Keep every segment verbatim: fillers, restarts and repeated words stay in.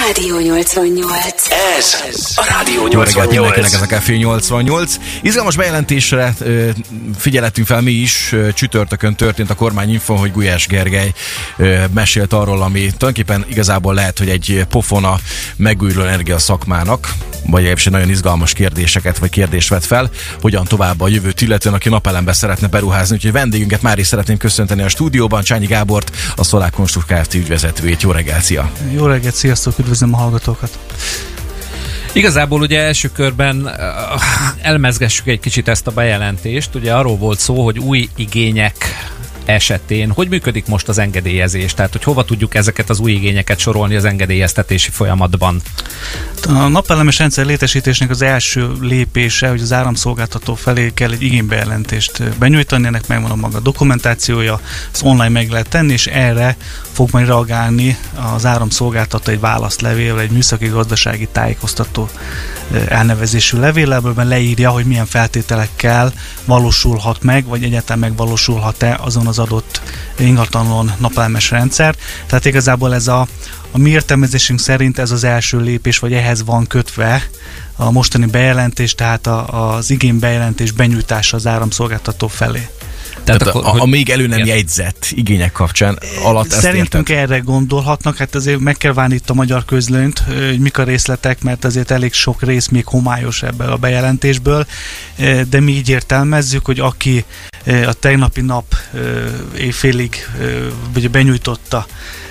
Rádió nyolcvannyolc. Ez a Rádió nyolcvannyolc. Jó reggelt mindenkinek, ez a Café nyolcvannyolc. Izgalmas bejelentésre figyelettünk fel mi is. Csütörtökön történt a kormányinfon, hogy Gulyás Gergely mesélt arról, ami tulajdonképpen igazából lehet, hogy egy pofona megújuló energia szakmának, vagy egy nagyon izgalmas kérdéseket, vagy kérdést vet fel, hogyan tovább a jövőt illetően, aki napelembe szeretne beruházni. Úgyhogy vendégünket már is szeretném köszönteni a stúdióban, Csányi Gábort, a Solar Construct Kft. Ügyvezetőjét. Jó reggelt, szia! Jó reggelt, sziasztok, üdvözlöm a hallgatókat! Igazából ugye első körben uh, elmezgessük egy kicsit ezt a bejelentést. Ugye arról volt szó, hogy új igények esetén hogy működik most az engedélyezés? Tehát, hogy hova tudjuk ezeket az új igényeket sorolni az engedélyeztetési folyamatban? A napelemes rendszer létesítésnek az első lépése, hogy az áramszolgáltató felé kell egy igénybejelentést benyújtani, ennek megvan a maga dokumentációja, ezt online meg lehet tenni, és erre fog majd reagálni az áramszolgáltató egy válaszlevél, egy műszaki gazdasági tájékoztató elnevezésű levél, amiben leírja, hogy milyen feltételekkel valósulhat meg, vagy egyáltalán megvalósulhat-e azon az adott ingatlanon napelemes rendszer. Tehát igazából ez a, a mi értelmezésünk szerint ez az első lépés, vagy ehhez van kötve a mostani bejelentés, tehát a, az igénybejelentés benyújtása az áramszolgáltató felé. Tehát, Tehát akkor, a, a még elő nem jegyzett igények kapcsán alatt ezt szerintünk érted? Erre gondolhatnak, hát azért meg kell várni itt a magyar közlönyt, hogy mik a részletek, mert azért elég sok rész még homályos ebből a bejelentésből, de mi így értelmezzük, hogy aki a tegnapi nap éjfélig vagy benyújtotta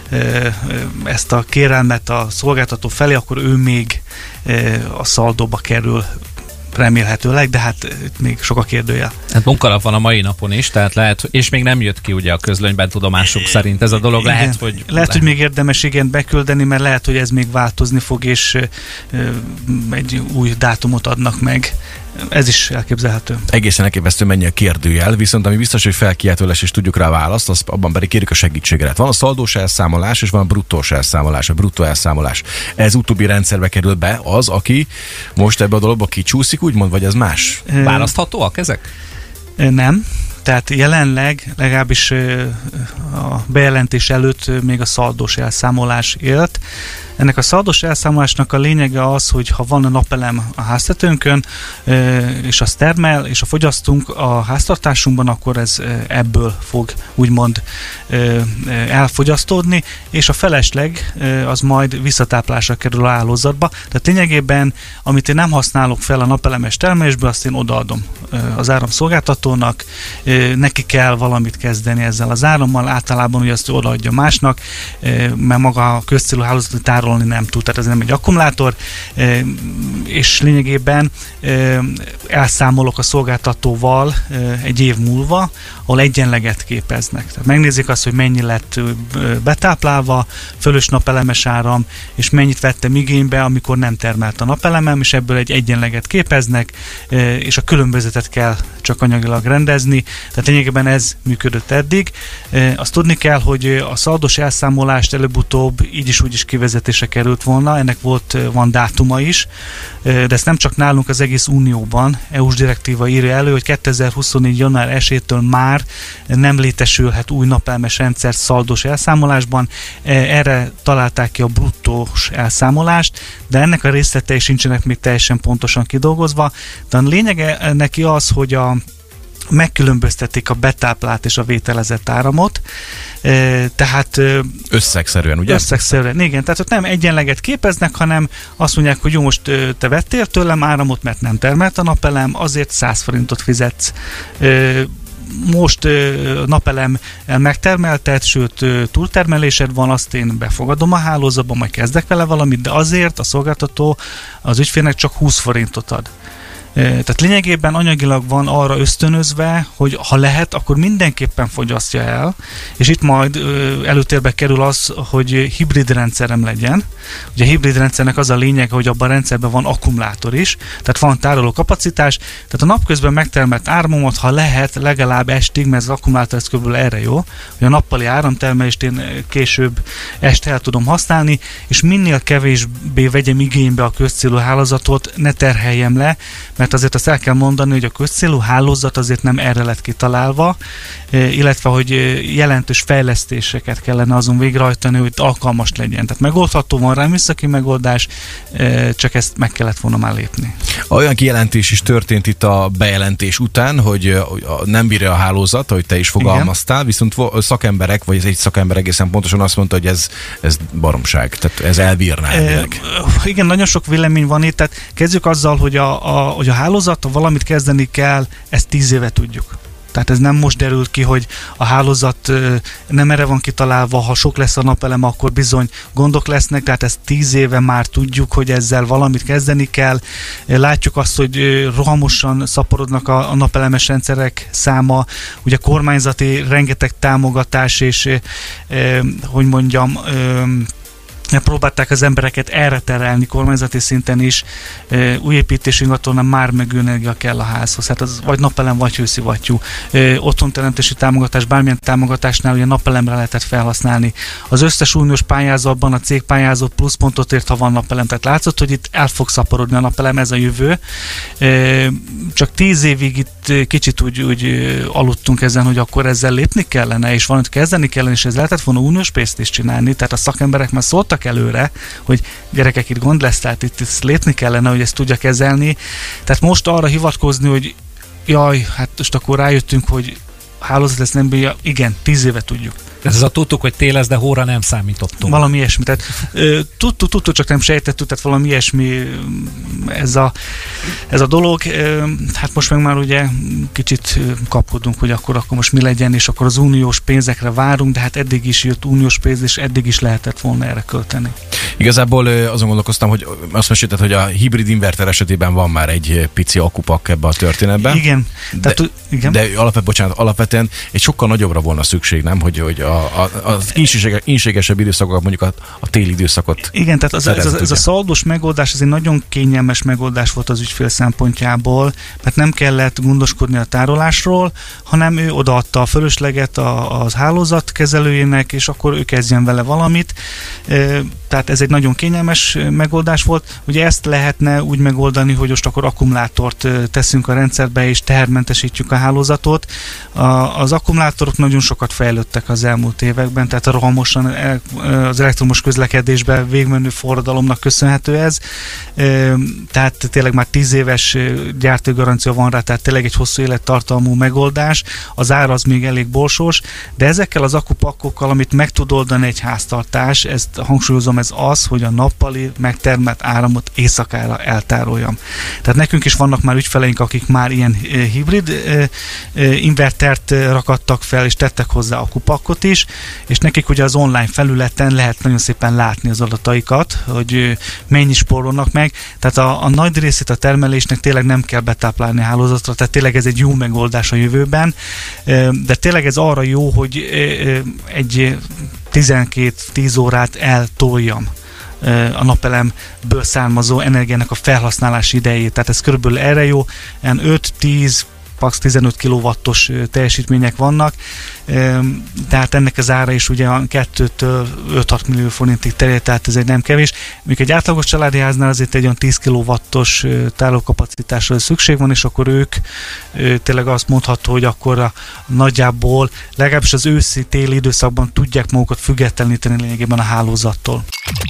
ezt a kérelmet a szolgáltató felé, akkor ő még a szaldóba kerül remélhetőleg, de hát itt még sok a kérdőjel. Hát munkalap van a mai napon is, tehát lehet, és még nem jött ki ugye a közlönyben tudomásuk szerint ez a dolog. Igen. Lehet, hogy... Lehet, lehet, hogy még érdemes igen beküldeni, mert lehet, hogy ez még változni fog, és ö, egy új dátumot adnak meg. Ez is elképzelhető. Egészen elképesztő mennyi a kérdőjel, viszont ami biztos, hogy felkiáltó lesz, és tudjuk rá választ, az abban pedig kérjük a segítséget. Van a szaldós elszámolás, és van a bruttós elszámolás, a bruttó elszámolás. Ez utóbbi rendszerbe kerül be az, aki most ebbe a dologba kicsúszik, úgymond, vagy ez más? Választhatóak ezek? Nem. Tehát jelenleg legalábbis a bejelentés előtt még a szaldós elszámolás élt. Ennek a szaldós elszámolásnak a lényege az, hogy ha van a napelem a háztetőnkön, és az termel, és a fogyasztunk a háztartásunkban, akkor ez ebből fog úgymond elfogyasztódni, és a felesleg az majd visszatáplásra kerül a hálózatba. Tehát lényegében, amit én nem használok fel a napelemes termelésből, azt én odaadom az áramszolgáltatónak, neki kell valamit kezdeni ezzel az árammal, általában ugye azt odaadja másnak, mert maga a közcélú hálózati tárolni nem tud, tehát ez nem egy akkumulátor, és lényegében elszámolok a szolgáltatóval egy év múlva, ahol egyenleget képeznek. Tehát megnézik azt, hogy mennyi lett betáplálva, fölös napelemes áram, és mennyit vettem igénybe, amikor nem termelt a napelemem, és ebből egy egyenleget képeznek, és a különbözetet kell csak anyagilag rendezni. Tehát lényegében ez működött eddig. Azt tudni kell, hogy a szaldós elszámolást előbb-utóbb így is úgy is kivezetésre került volna, ennek volt, van dátuma is, de ezt nem csak nálunk, az egész Unióban é u-s direktíva írja elő, hogy kétezer-huszonnégy. január elsejétől már nem létesülhet új napelemes rendszer szaldós elszámolásban. Erre találták ki a bruttós elszámolást, de ennek a részletei sincsenek még teljesen pontosan kidolgozva. De a lényege neki az, hogy a megkülönböztetik a betáplált és a vételezett áramot, tehát összegszerűen, ugye? Összegszerűen, igen, tehát ott nem egyenleget képeznek, hanem azt mondják, hogy jó, most te vettél tőlem áramot, mert nem termelt a napelem, azért száz forintot fizetsz. Most napelem megtermelted, sőt túltermelésed van, azt én befogadom a hálózatban, majd kezdek vele valamit, de azért a szolgáltató az ügyfélnek csak húsz forintot ad. Tehát lényegében anyagilag van arra ösztönözve, hogy ha lehet, akkor mindenképpen fogyasztja el, és itt majd előtérbe kerül az, hogy hibrid rendszerem legyen. Ugye a hibrid rendszernek az a lényeg, hogy abban a rendszerben van akkumulátor is, tehát van tároló kapacitás, tehát a napközben megtermelt áramomat, ha lehet, legalább estig, mert az akkumulátor ez körülbelül erre jó, hogy a nappali áramtermelést én később este el tudom használni, és minél kevésbé vegyem igénybe a közcélú hálózatot, ne terheljem le, mert mert azért azt el kell mondani, hogy a közcélú hálózat azért nem erre lett kitalálva, illetve hogy jelentős fejlesztéseket kellene azon végrehajtani, hogy alkalmas legyen. Tehát megoldható, van rá műszaki megoldás, csak ezt meg kellett volna már lépni. Olyan kijelentés is történt itt a bejelentés után, hogy nem bírja a hálózat, ahogy te is fogalmaztál, igen. Viszont szakemberek, vagy ez egy szakember egészen pontosan azt mondta, hogy ez, ez baromság, tehát ez elbírná. E, igen, nagyon sok vélemény van itt, tehát kezdjük azzal, hogy a, a, hogy a hálózat, ha valamit kezdeni kell, ezt tíz éve tudjuk. Tehát ez nem most derült ki, hogy a hálózat nem erre van kitalálva, ha sok lesz a napelem, akkor bizony gondok lesznek, tehát ezt tíz éve már tudjuk, hogy ezzel valamit kezdeni kell. Látjuk azt, hogy rohamosan szaporodnak a, a napelemes rendszerek száma, ugye kormányzati rengeteg támogatás, és hogy mondjam, próbálták az embereket erre terelni kormányzati szinten is, új építési ingatlanon már megőenergia kell a házhoz, hát az vagy napelem, vagy hőszivattyú. Otthonteremtési támogatás, bármilyen támogatásnál ugye napelemre lehetett felhasználni. Az összes uniós pályázatban a cég pályázott pluszpontot ért, ha van napelem, tehát látszott, hogy itt el fog szaporodni a napelem, ez a jövő. Csak tíz évig itt kicsit úgy, úgy aludtunk ezen, hogy akkor ezzel lépni kellene, és valamit kezdeni kellene, és ez lehetett volna uniós pénzt is csinálni, tehát a szakemberek már szóltak előre, hogy gyerekek, itt gond lesz, tehát itt, itt lépni kellene, hogy ezt tudja kezelni. Tehát most arra hivatkozni, hogy jaj, hát most akkor rájöttünk, hogy hálózat lesz, nem bírja, igen, tíz éve tudjuk. Ez a tudtuk, hogy tél lesz, de hóra nem számítottunk. Valami ilyesmi. Tehát tudtuk, tudtuk, csak nem sejtettük, tehát valami ilyesmi ez a, ez a dolog. Hát most meg már ugye kicsit kapkodunk, hogy akkor, akkor most mi legyen, és akkor az uniós pénzekre várunk, de hát eddig is jött uniós pénz, és eddig is lehetett volna erre költeni. Igazából azon gondolkoztam, hogy azt mesélted, hogy a hibrid inverter esetében van már egy pici akupak ebbe a történetben. Igen. De, tehát, igen. de alapvetően, bocsánat, alapvetően egy sokkal nagyobbra volna szükség, nem? Hogy, hogy a, a, az inséges, inségesebb időszakok, mondjuk a, a téli időszakot. Igen, tehát az, ez, ez, ez a szaldós megoldás, ez egy nagyon kényelmes megoldás volt az ügyfél szempontjából, mert nem kellett gondoskodni a tárolásról, hanem ő odaadta a fölösleget a, az hálózat kezelőjének, és akkor ő kezdjen vele valamit. Tehát ez egy nagyon kényelmes megoldás volt. Ugye ezt lehetne úgy megoldani, hogy most akkor akkumulátort teszünk a rendszerbe, és tehermentesítjük a hálózatot. A, az akkumulátorok nagyon sokat fejlődtek az elmúlt években, tehát rohamosan az elektromos közlekedésben végmenő forradalomnak köszönhető ez. Tehát tényleg már tíz éves gyártógarancia van rá, tehát tényleg egy hosszú élettartalmú megoldás. Az ára az még elég bolsos, de ezekkel az akupakkokkal, amit meg tud oldani egy háztartás, ezt hangsúlyozom, ez az, hogy a nappali megtermelt áramot éjszakára eltároljam. Tehát nekünk is vannak már ügyfeleink, akik már ilyen hibrid invertert rakattak fel, és tettek hozzá akupakkot is, és nekik ugye az online felületen lehet nagyon szépen látni az adataikat, hogy mennyi spórolnak meg. Tehát a, a nagy részét a termelésnek tényleg nem kell betáplálni a hálózatra, tehát tényleg ez egy jó megoldás a jövőben, de tényleg ez arra jó, hogy egy tizenkét-tíz órát eltoljam a napelemből származó energiának a felhasználási idejét. Tehát ez körülbelül erre jó, ilyen öt-tíz, max. tizenöt kilowattos teljesítmények vannak, tehát ennek az ára is ugye kettőtől öt-hat millió forintig terjed, tehát ez egy nem kevés. Míg egy átlagos családi háznál azért egy olyan tíz kilowattos tárolókapacitásra szükség van, és akkor ők tényleg azt mondható, hogy akkor a, nagyjából legalábbis az őszi-téli időszakban tudják magukat függetleníteni lényegében a hálózattól.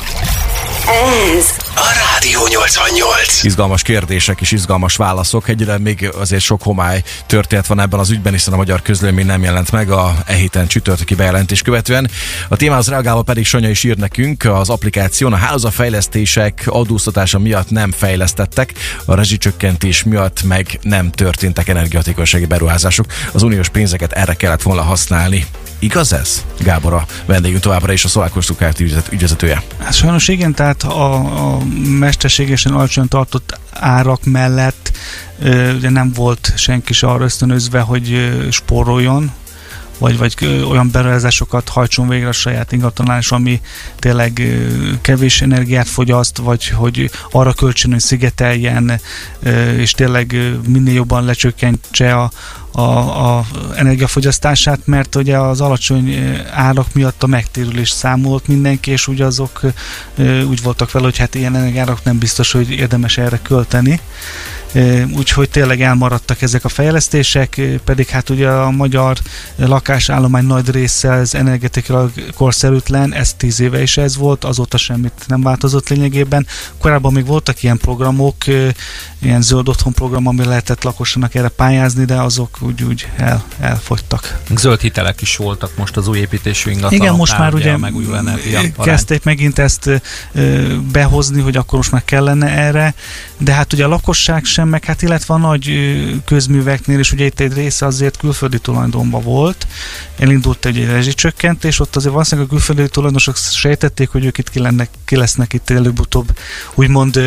Ez a Rádió nyolcvannyolc. Izgalmas kérdések és izgalmas válaszok. Egyre még azért sok homály történet van ebben az ügyben, hiszen a magyar közlemény nem jelent meg a e héten csütörtöki bejelentés követően. A témához reagálva pedig Sanya is ír nekünk, az applikáción a hálózatfejlesztések adóztatása miatt nem fejlesztettek, a rezsicsökkentés miatt meg nem történtek energiahatékonysági beruházások. Az uniós pénzeket erre kellett volna használni. Igaz ez? Gábor a vendégünk továbbra is, a Solarcost Kft. Ügyvezetője. Hát sajnos igen, tehát a, a mesterségesen alacsony tartott árak mellett ö, ugye nem volt senki se arra ösztönözve, hogy ö, spóroljon, vagy, vagy ö, olyan beruházásokat hajtson végre a saját ingatlanán, ami tényleg ö, kevés energiát fogyaszt, vagy hogy arra kölcsön, hogy szigeteljen, ö, és tényleg ö, minél jobban lecsökkentse a a, a energiafogyasztását, mert ugye az alacsony árak miatt a megtérülés számolt mindenki, és ugye azok úgy voltak vele, hogy hát ilyen energiárak nem biztos, hogy érdemes erre költeni. Úgyhogy tényleg elmaradtak ezek a fejlesztések, pedig hát ugye a magyar lakásállomány nagy része az energetikailag korszerűtlen, ez tíz éve is ez volt, azóta semmit nem változott lényegében. Korábban még voltak ilyen programok, ilyen zöld otthon program, ami lehetett lakosnak erre pályázni, de azok úgy, úgy el, elfogytak. Zöld hitelek is voltak most az új építésű ingatlanoknál. Igen, most már ugye megújuló energia kezdték megint ezt behozni, hogy akkor most már kellene erre, de hát ugye a lakosság sem, meg hát illetve a nagy közműveknél is ugye itt egy része azért külföldi tulajdonban volt. Elindult egy rezsicsökkentés, ott azért valószínűleg a külföldi tulajdonosok sejtették, hogy ők itt ki, lennek, ki lesznek itt előbb-utóbb úgymond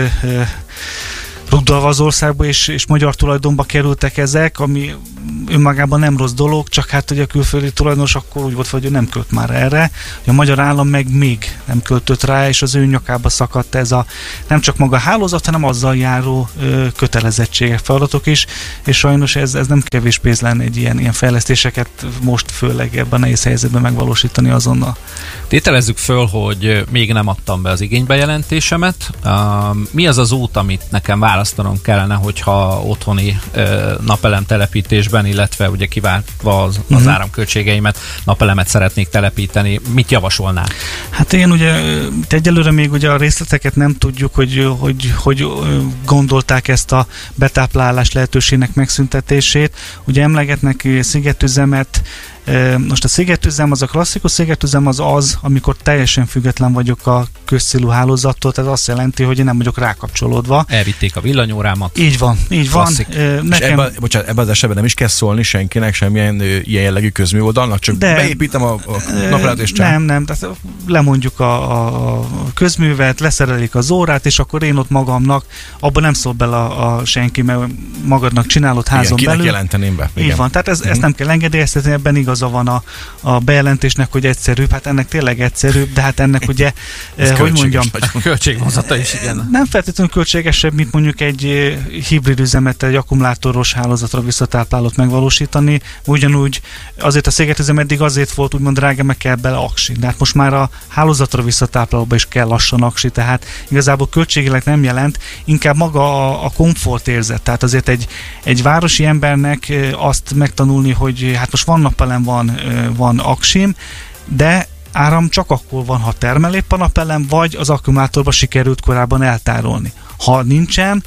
rugdalva az országba, és, és magyar tulajdonba kerültek ezek, ami önmagában nem rossz dolog, csak hát ugye a külföldi tulajdonos akkor úgy volt, hogy ő nem költ már erre. A magyar állam meg még nem költött rá, és az ő nyakába szakadt ez a nem csak maga a hálózat, hanem azzal járó ö, kötelezettségek, feladatok is, és sajnos ez, ez nem kevés pénz lenne egy ilyen, ilyen fejlesztéseket most főleg ebben a nehéz helyzetben megvalósítani azonnal. Tételezzük föl, hogy még nem adtam be az igénybejelentésemet. Mi az az út, amit nekem választanom kellene, hogyha otthoni napelem telepítésben, illetve ugye kiváltva az, az uh-huh. áramköltségeimet, napelemet szeretnék telepíteni. Mit javasolnál? Hát én ugye egyelőre még ugye a részleteket nem tudjuk, hogy, hogy, hogy gondolták ezt a betáplálás lehetőségnek megszüntetését. Ugye emlegetnek szigetüzemet. Most a szigetüzem, az a klasszikus szigetüzem az az, amikor teljesen független vagyok a közcélú hálózattól, tehát azt jelenti, hogy én nem vagyok rákapcsolódva. Elvitték a villanyórámat. Így van, így Klasszik. van. Nekem... És ebben, bocsánat, ebben az esetben nem is kell szólni senkinek, semmilyen ö, ilyen jellegű közműoldalnak, csak de, beépítem a, a napelemet és csak. Nem, nem, tehát lemondjuk a, a közművet, leszerelik az órát, és akkor én ott magamnak, abban nem szól bele a, a senki, mert magadnak csinálod házon igen, belül. jelenteném be. Igen. Így van, tehát ez, uh-huh. ezt nem kell engedélyeztetni, ebben igaza van a, a bejelentésnek, hogy egyszerűbb, hát ennek tényleg egyszerűbb, de hát ennek ugye, eh, hogy mondjam, költségvonzata is, igen. Nem feltétlenül költségesebb, mint mondjuk egy hibrid üzemet, egy akkumulátoros hálózatra visszatáplálót megvalósítani. Ugyanúgy azért a szigetüzem eddig azért volt úgymond drága, meg kell bele aksi. De hát most már a hálózatra visszatáplálóba is kell lassan aksi, tehát igazából költségileg nem jelent, inkább maga a, a komfortérzet. Tehát azért egy, egy városi embernek azt megtanulni, hogy hát most van napelem, van, van aksim, de áram csak akkor van, ha termel épp a napelem, vagy az akkumulátorba sikerült korábban eltárolni. Ha nincsen,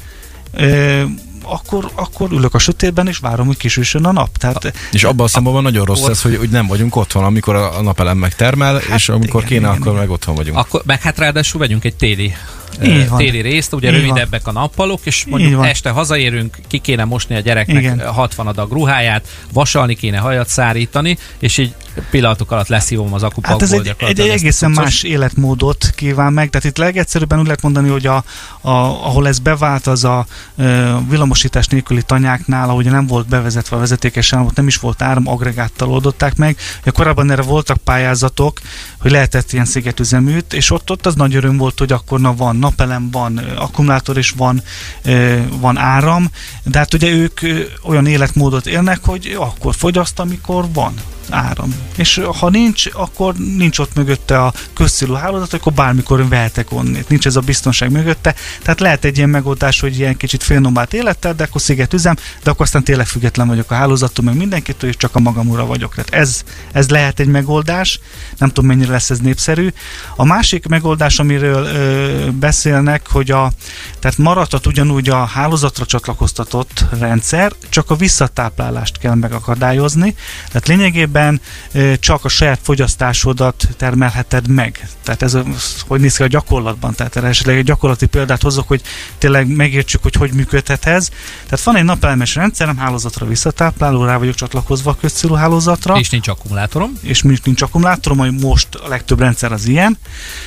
akkor, akkor ülök a sötétben, és várom, hogy kisüssön a nap. Tehát, és abban a szemben nagyon rossz or... ez, hogy, hogy nem vagyunk otthon, amikor a napelem megtermel, hát és amikor igen, kéne, igen, akkor igen. meg otthon vagyunk. Akkor, meg hát ráadásul vegyünk egy téli téli részt, ugye így rövidebbek van a nappalok, és mondjuk este hazaérünk, ki kéne mosni a gyereknek igen. hatvan adag ruháját, vasalni kéne, hajat szárítani, és így pillanatok alatt leszívom az akupakból. Hát ez egy, egy, egy egészen más életmódot kíván meg, tehát itt legegyszerűbben úgy lehet mondani, hogy a, a, ahol ez bevált, az a e, villamosítás nélküli tanyáknál, ahogy nem volt bevezetve a vezetékes állam, ott nem is volt áram, agregáttal oldották meg. Ja, korábban erre voltak pályázatok, hogy lehetett ilyen szigetüzeműt, és ott, ott az nagy öröm volt, hogy akkor na van napelem, van akkumulátor és van, van áram, de hát ugye ők olyan életmódot élnek, hogy akkor fogyaszt, amikor van áram. És ha nincs, akkor nincs ott mögötte a közszélú hálózat, akkor bármikor vehetek onnét. Nincs ez a biztonság mögötte. Tehát lehet egy ilyen megoldás, hogy ilyen kicsit félnomált élettel, de akkor szigetüzem, de akkor aztán tényleg független vagyok a hálózattól, meg mindenkitől, és csak a magam ura vagyok. Tehát ez, ez lehet egy megoldás. Nem tudom, mennyire lesz ez népszerű. A másik megoldás, amiről ö, beszélnek, hogy a, tehát maradhat ugyanúgy a hálózatra csatlakoztatott rendszer, csak a visszatáplálást kell megakadályozni. Tehát lényegében csak a saját fogyasztásodat termelheted meg. Tehát ez, hogy néz ki a gyakorlatban? Tehát erre esetleg egy gyakorlati példát hozok, hogy tényleg megértsük, hogy hogy működhet ez. Tehát van egy napelemes rendszerem, hálózatra visszatápláló, rá vagyok csatlakozva a közcélú hálózatra. És nincs akkumulátorom. És nincs akkumulátorom, hogy most a legtöbb rendszer az ilyen.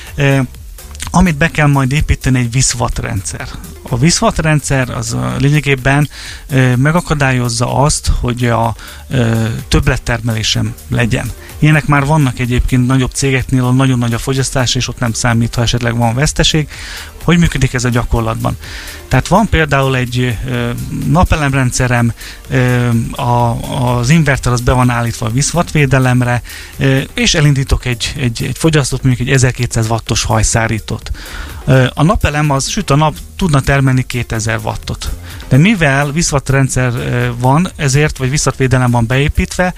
Amit be kell majd építeni, egy viszvat rendszer. A viszvat rendszer az lényegében e, megakadályozza azt, hogy a e, többlettermelésem legyen. Ilyenek már vannak egyébként nagyobb cégeknél, ahol nagyon nagy a fogyasztás, és ott nem számít, ha esetleg van veszteség, Hogy működik ez a gyakorlatban? Tehát van például egy ö, napelemrendszerem, ö, a, az inverter az be van állítva a vízwattvédelemre, ö, és elindítok egy, egy, egy fogyasztót, mondjuk egy ezerkétszáz wattos hajszárítót. Ö, a napelem az süt a nap, tudna termelni kétezer wattot. De mivel vízwattrendszer van, ezért, vagy vízwattvédelem van beépítve,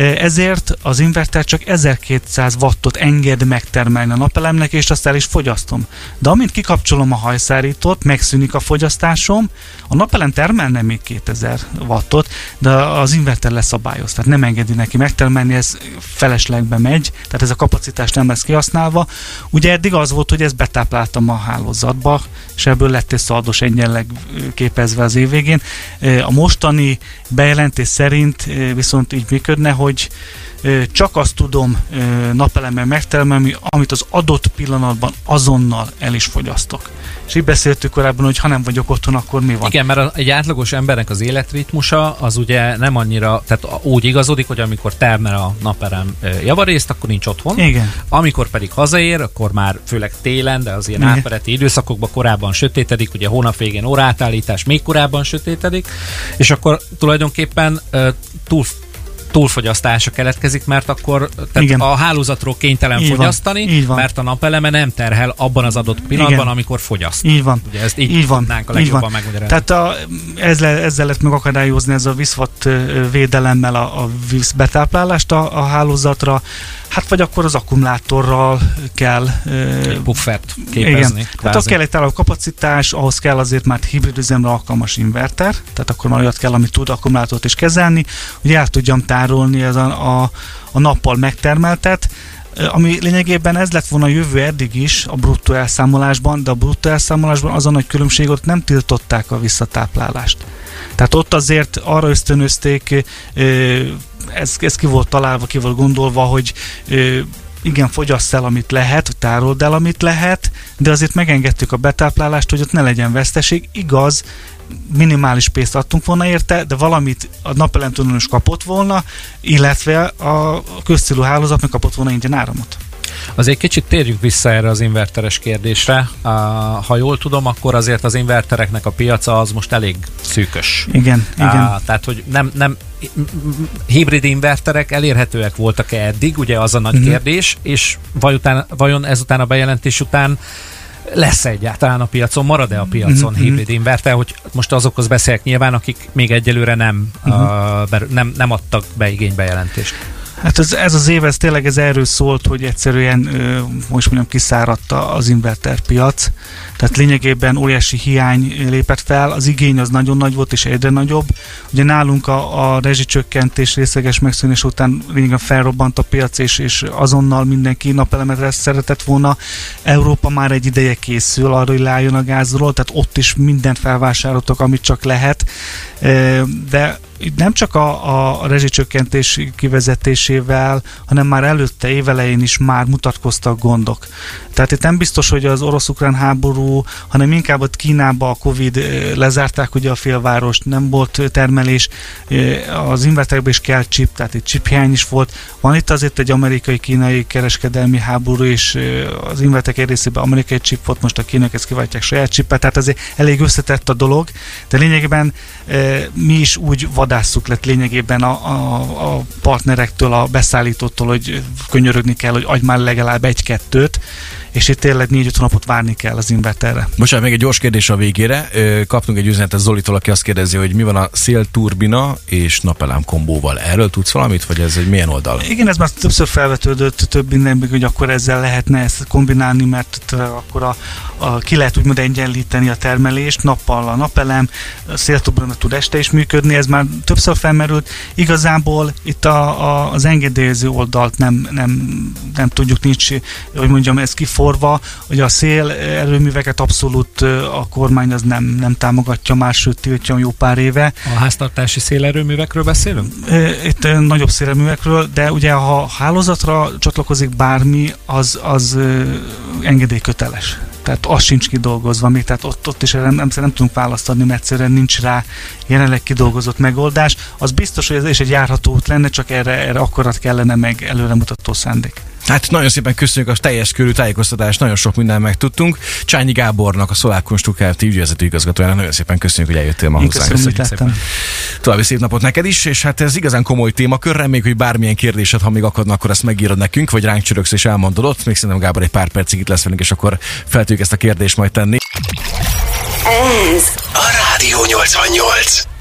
ezért az inverter csak ezerkétszáz wattot enged megtermelni a napelemnek, és azt el is fogyasztom. De amint kikapcsolom a hajszárítót, megszűnik a fogyasztásom, a napelem termelne még kétezer wattot, de az inverter leszabályoz, tehát nem engedi neki megtermelni, ez feleslegbe megy, tehát ez a kapacitás nem lesz kihasználva. Ugye eddig az volt, hogy ezt betápláltam a hálózatba, és ebből lett egy szaldos egyenleg képezve az év végén. A mostani bejelentés szerint viszont így működne, hogy csak azt tudom napelemmel megtermelni, amit az adott pillanatban azonnal el is fogyasztok. És így beszéltük korábban, hogy ha nem vagyok otthon, akkor mi van? Igen, mert egy átlagos embernek az életritmusa az ugye nem annyira, tehát úgy igazodik, hogy amikor termel a napelem javarészt, akkor nincs otthon. Igen. Amikor pedig hazaér, akkor már főleg télen, de az ilyen Igen. átmeneti időszakokban korábban sötétedik, ugye hónap végén órátállítás még korábban sötétedik, és akkor tulajdonképpen uh, túl túlfogyasztása keletkezik, mert akkor tehát a hálózatról kénytelen így fogyasztani, van, mert a napeleme nem terhel abban az adott pillanatban, igen. amikor fogyaszt. Így van. Ugye ezt így, így van. tudnánk a legjobban megmagyarázni. Tehát a, ezzel, ezzel lehet megakadályozni ez a vízwatt védelemmel a, a vízbetáplálást a, a hálózatra, hát vagy akkor az akkumulátorral kell egy puffert képezni. Igen. Hát ott kell egy távol kapacitás, ahhoz kell azért már hibrid üzemre alkalmas inverter, tehát akkor már olyat kell, ami tud akkumulátort is kezelni, hogy el tudjam tárolni ez a, a, a nappal megtermeltet, ami lényegében ez lett volna a jövő eddig is a bruttó elszámolásban, de a bruttó elszámolásban az a nagy különbség, ott nem tiltották a visszatáplálást. Tehát ott azért arra ösztönözték, ez, ez ki volt találva, ki volt gondolva, hogy igen, fogyassz el, amit lehet, tárold el, amit lehet, de azért megengedtük a betáplálást, hogy ott ne legyen veszteség. Igaz, minimális pénzt adtunk volna érte, de valamit a napelem tulajdonos kapott volna, illetve a közcélú hálózatnak kapott volna ingyen áramot. Azért kicsit térjünk vissza erre az inverteres kérdésre. Uh, ha jól tudom, akkor azért az invertereknek a piaca az most elég szűkös. Igen, uh, igen. Tehát, hogy nem, nem hibrid inverterek elérhetőek voltak-e eddig, ugye az a nagy uh-huh. kérdés, és vajon, vajon ezután a bejelentés után lesz egyáltalán a piacon, marad-e a piacon uh-huh. hibrid inverter, hogy most azokhoz beszélek nyilván, akik még egyelőre nem, uh-huh. uh, nem, nem adtak be igénybejelentést. Hát ez, ez az év, ez tényleg ez erről szólt, hogy egyszerűen, most mondjam, kiszáradt az inverterpiac. Tehát lényegében óriási hiány lépett fel, az igény az nagyon nagy volt és egyre nagyobb. Ugye nálunk a, a rezsicsökkentés részleges megszűnés után lényegében felrobbant a piac, és, és azonnal mindenki napelemet szeretett volna. Európa már egy ideje készül arra, hogy leálljon a gázról, tehát ott is mindent felvásároltak, amit csak lehet. De nem csak a, a rezsicsökkentés kivezetésével, hanem már előtte évelején is már mutatkoztak gondok. Tehát itt nem biztos, hogy az orosz-ukrán háború, hanem inkább ott Kínában a Covid lezárták ugye a félvárost, nem volt termelés, az inverterekben is kell chip, tehát itt chiphiány is volt. Van itt azért egy amerikai-kínai kereskedelmi háború, és az inverterek egy részében amerikai chip volt, most a kínaiak ezt kiváltják saját chipet, tehát azért elég összetett a dolog, de lényegében mi is úgy vadásszuk lett lényegében a, a, a partnerektől, a beszállítótól, hogy könyörögni kell, hogy adj már legalább egy-kettőt, és itt tényleg négy-öt hónapot várni kell az inverterre. Bocsánat, még egy gyors kérdés a végére. Kaptunk egy üzenetet Zolitól, aki azt kérdezi, hogy mi van a szélturbina és napelem kombóval. Erről tudsz valamit, vagy ez egy milyen oldal? Igen, ez már többször felvetődött több mindenben, hogy akkor ezzel lehetne ezt kombinálni, mert akkor a, a, ki lehet úgymond egyenlíteni a termelést, nappal a napelem, a szélturbina tud este is működni, ez már többször felmerült. Igazából itt a, a, az engedélyező oldalt nem, nem, nem tudjuk, nincs, hogy mondjam, ez kiforva, hogy a szél erőműveket abszolút a kormány az nem, nem támogatja már, sőt tiltja jó pár éve. A háztartási szélerőművekről beszélünk? Itt nagyobb szélerőművekről, de ugye ha hálózatra csatlakozik bármi, az, az engedélyköteles. Tehát az sincs kidolgozva még, tehát ott, ott is nem, nem, nem tudunk választ adni, mert egyszerűen nincs rá jelenleg kidolgozott megoldás. Az biztos, hogy ez is egy járható út lenne, csak erre, erre akarat kellene meg előremutató szándék. Hát nagyon szépen köszönjük a teljes körű tájékoztatást, nagyon sok mindent megtudtunk. Csányi Gábornak, a Solar Construct Kft. Ügyvezető igazgatójának nagyon szépen köszönjük, hogy eljöttél ma hozzánk. Köszönjük szépen. További szép napot neked is, és hát ez igazán komoly témakör. Reméljük, hogy bármilyen kérdésed, ha még akadna, akkor ezt megírod nekünk, vagy ránk csöröksz és elmondod ott. Még szerintem Gábor egy pár percig itt lesz velünk, és akkor fel tudjuk ezt a kérdést majd tenni. Ez a Rádió nyolcvannyolc.